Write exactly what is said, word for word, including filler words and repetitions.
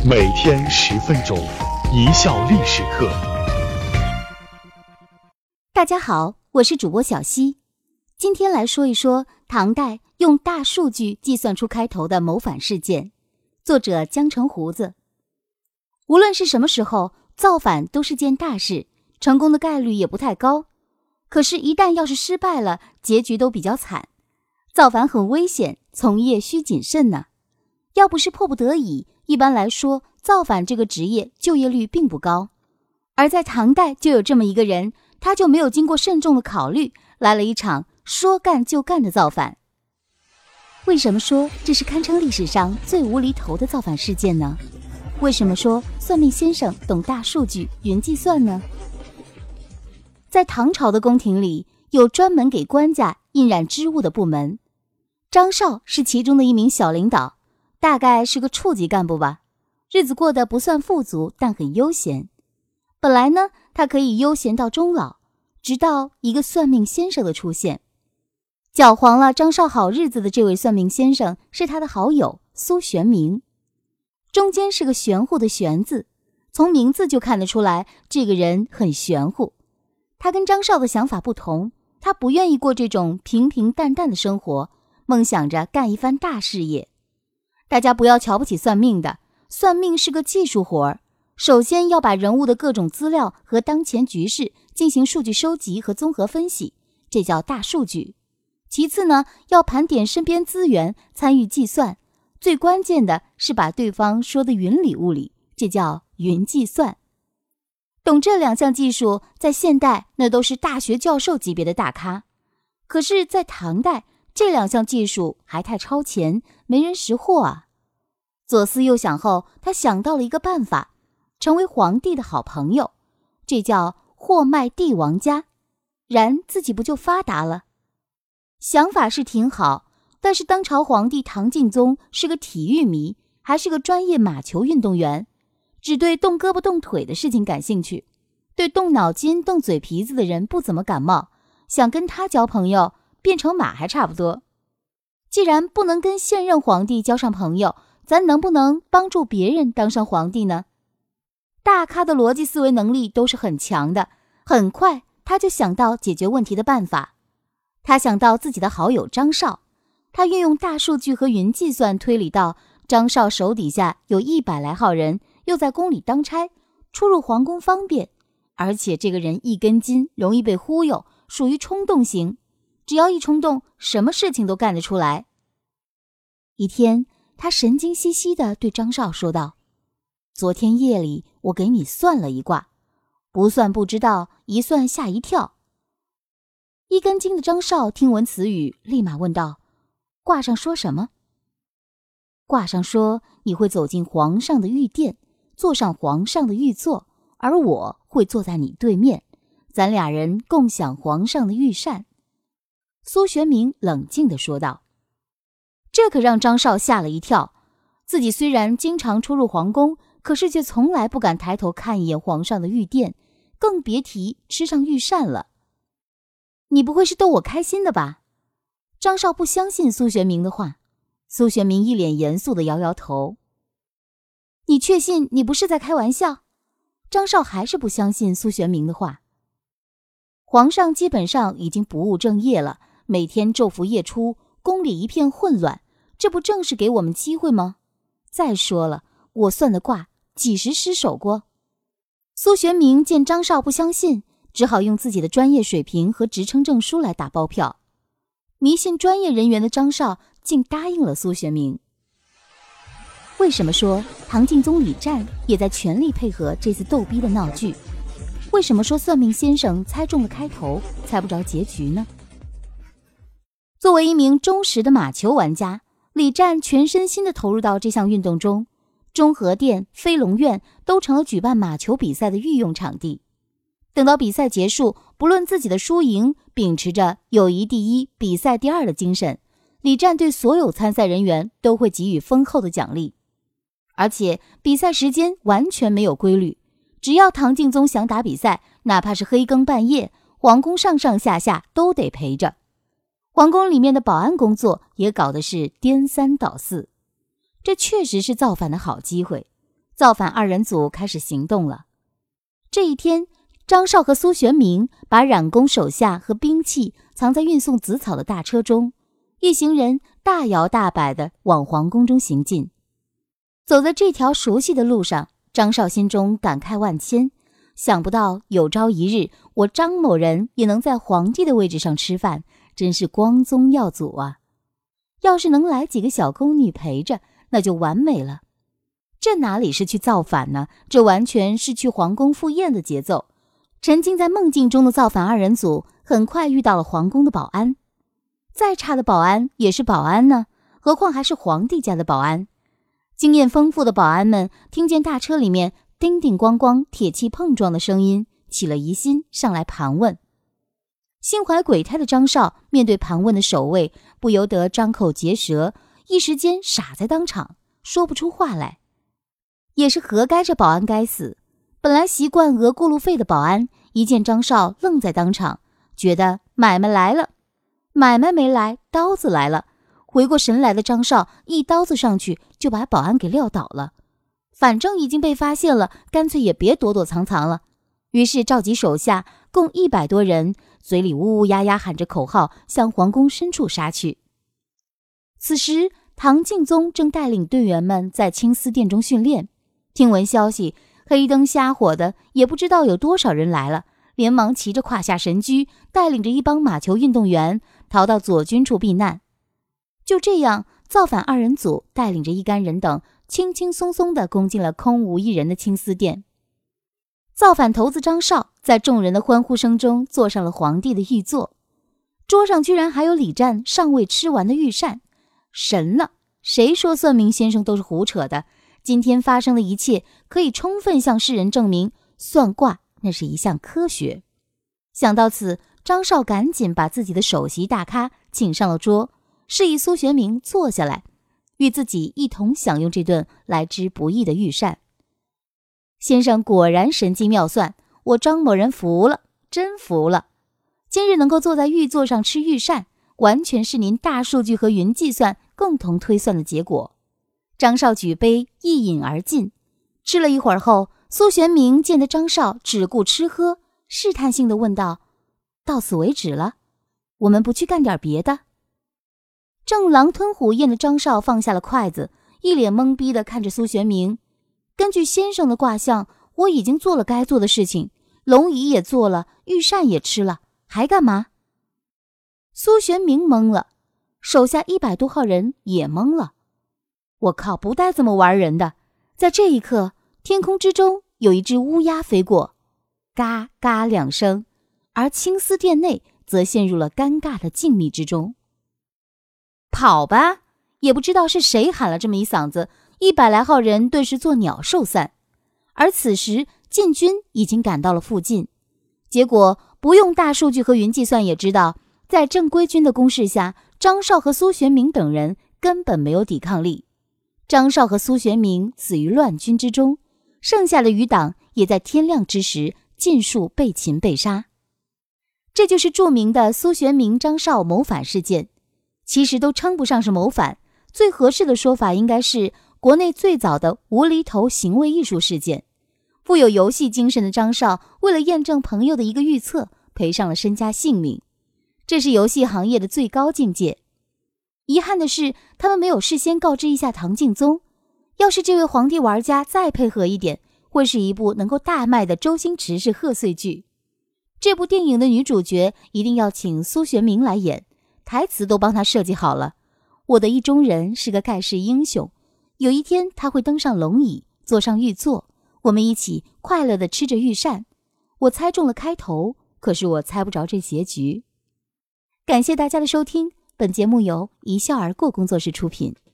每天十分钟，一笑历史课。 大家好，我是主播小溪，今天来说一说唐代用大数据计算出开头的谋反事件，作者江城胡子。无论是什么时候，造反都是件大事，成功的概率也不太高。可是，一旦要是失败了，结局都比较惨。造反很危险，从业需谨慎呢。要不是迫不得已，一般来说，造反这个职业就业率并不高。而在唐代就有这么一个人，他就没有经过慎重的考虑，来了一场说干就干的造反。为什么说这是堪称历史上最无厘头的造反事件呢？为什么说算命先生懂大数据、云计算呢？在唐朝的宫廷里，有专门给官家印染织物的部门，张绍是其中的一名小领导，大概是个处级干部吧，日子过得不算富足，但很悠闲。本来呢，他可以悠闲到终老，直到一个算命先生的出现。搅黄了张绍好日子的这位算命先生是他的好友苏玄明，中间是个玄乎的玄字，从名字就看得出来这个人很玄乎。他跟张绍的想法不同，他不愿意过这种平平淡淡的生活，梦想着干一番大事业。大家不要瞧不起算命的，算命是个技术活儿，首先要把人物的各种资料和当前局势进行数据收集和综合分析，这叫大数据。其次呢，要盘点身边资源，参与计算。最关键的是把对方说得云里雾里，这叫云计算。懂这两项技术，在现代那都是大学教授级别的大咖。可是，在唐代，这两项技术还太超前，没人识货啊。左思右想后，他想到了一个办法，成为皇帝的好朋友，这叫货卖帝王家，然自己不就发达了？想法是挺好，但是当朝皇帝唐敬宗是个体育迷，还是个专业马球运动员，只对动胳膊动腿的事情感兴趣，对动脑筋动嘴皮子的人不怎么感冒，想跟他交朋友，变成马还差不多。既然不能跟现任皇帝交上朋友，咱能不能帮助别人当上皇帝呢？大咖的逻辑思维能力都是很强的，很快他就想到解决问题的办法。他想到自己的好友张绍，他运用大数据和云计算推理到张绍手底下有一百来号人，又在宫里当差，出入皇宫方便，而且这个人一根筋，容易被忽悠，属于冲动型，只要一冲动，什么事情都干得出来。一天，他神经兮兮地对张绍说道：昨天夜里我给你算了一卦，不算不知道，一算吓一跳。一根筋的张绍听闻此语，立马问道：卦上说什么？卦上说你会走进皇上的御殿，坐上皇上的御座，而我会坐在你对面，咱俩人共享皇上的御膳。苏玄明冷静地说道。这可让张绍吓了一跳，自己虽然经常出入皇宫，可是却从来不敢抬头看一眼皇上的御殿，更别提吃上御膳了。你不会是逗我开心的吧？张绍不相信苏玄明的话。苏玄明一脸严肃地摇摇头。你确信你不是在开玩笑？张绍还是不相信苏玄明的话。皇上基本上已经不务正业了，每天昼伏夜出，宫里一片混乱，这不正是给我们机会吗？再说了，我算的卦几时失手过？苏玄明见张绍不相信，只好用自己的专业水平和职称证书来打包票。迷信专业人员的张绍竟答应了苏玄明。为什么说唐敬宗李湛也在全力配合这次逗逼的闹剧？为什么说算命先生猜中了开头，猜不着结局呢？作为一名忠实的马球玩家，李湛全身心地投入到这项运动中，中和殿、飞龙院都成了举办马球比赛的御用场地。等到比赛结束，不论自己的输赢，秉持着友谊第一、比赛第二的精神，李湛对所有参赛人员都会给予丰厚的奖励。而且比赛时间完全没有规律，只要唐敬宗想打比赛，哪怕是黑更半夜，皇宫上上下下都得陪着。皇宫里面的保安工作也搞得是颠三倒四。这确实是造反的好机会。 造反二人组开始行动了。这一天，张绍和苏玄明把冉公手下和兵器藏在运送紫草的大车中，一行人大摇大摆地往皇宫中行进。走在这条熟悉的路上，张绍心中感慨万千，想不到有朝一日我张某人也能在皇帝的位置上吃饭，真是光宗耀祖啊！要是能来几个小宫女陪着，那就完美了。这哪里是去造反呢？这完全是去皇宫赴宴的节奏。沉浸在梦境中的造反二人组很快遇到了皇宫的保安。再差的保安也是保安呢，何况还是皇帝家的保安。经验丰富的保安们听见大车里面叮叮咣咣铁器碰撞的声音，起了疑心，上来盘问。心怀鬼胎的张绍面对盘问的守卫，不由得张口结舌，一时间傻在当场，说不出话来。也是活该这保安该死。本来习惯讹过路费的保安，一见张绍愣在当场，觉得买卖来了。买卖没来，刀子来了。回过神来的张绍一刀子上去就把保安给撂倒了。反正已经被发现了，干脆也别躲躲藏藏了。于是召集手下共一百多人，嘴里呜呜呀呀喊着口号，向皇宫深处杀去。此时唐敬宗正带领队员们在青丝殿中训练，听闻消息，黑灯瞎火的，也不知道有多少人来了，连忙骑着胯下神驹，带领着一帮马球运动员逃到左军处避难。就这样，造反二人组带领着一干人等轻轻松松地攻进了空无一人的青丝殿。造反头子张绍在众人的欢呼声中坐上了皇帝的御座，桌上居然还有李湛尚未吃完的御膳。神了！谁说算命先生都是胡扯的？今天发生的一切可以充分向世人证明，算卦那是一项科学。想到此，张绍赶紧把自己的首席大咖请上了桌，示意苏玄明坐下来，与自己一同享用这顿来之不易的御膳。先生果然神机妙算，我张某人服了，真服了。今日能够坐在御座上吃御膳，完全是您大数据和云计算共同推算的结果。张绍举杯一饮而尽，吃了一会儿后，苏玄明见得张绍只顾吃喝，试探性地问道：到此为止了？我们不去干点别的？正狼吞虎咽的张绍放下了筷子，一脸懵逼地看着苏玄明。根据先生的卦象，我已经做了该做的事情，龙椅也做了，御膳也吃了，还干嘛？苏玄明懵了，手下一百多号人也懵了。我靠，不带这么玩人的！在这一刻，天空之中有一只乌鸦飞过，嘎嘎两声，而青丝殿内则陷入了尴尬的静谧之中。跑吧！也不知道是谁喊了这么一嗓子，一百来号人顿时作鸟兽散。而此时禁军已经赶到了附近，结果不用大数据和云计算也知道，在正规军的攻势下，张绍和苏玄明等人根本没有抵抗力。张绍和苏玄明死于乱军之中，剩下的余党也在天亮之时尽数被擒被杀。这就是著名的苏玄明张绍谋反事件。其实都称不上是谋反，最合适的说法应该是国内最早的无厘头行为艺术事件。富有游戏精神的张绍为了验证朋友的一个预测，赔上了身家性命，这是游戏行业的最高境界。遗憾的是，他们没有事先告知一下唐敬宗，要是这位皇帝玩家再配合一点，会是一部能够大卖的周星驰式贺岁剧。这部电影的女主角一定要请苏玄明来演，台词都帮他设计好了。我的意中人是个盖世英雄，有一天他会登上龙椅，坐上御座，我们一起快乐地吃着御膳。我猜中了开头，可是我猜不着这结局。感谢大家的收听，本节目由一笑而过工作室出品。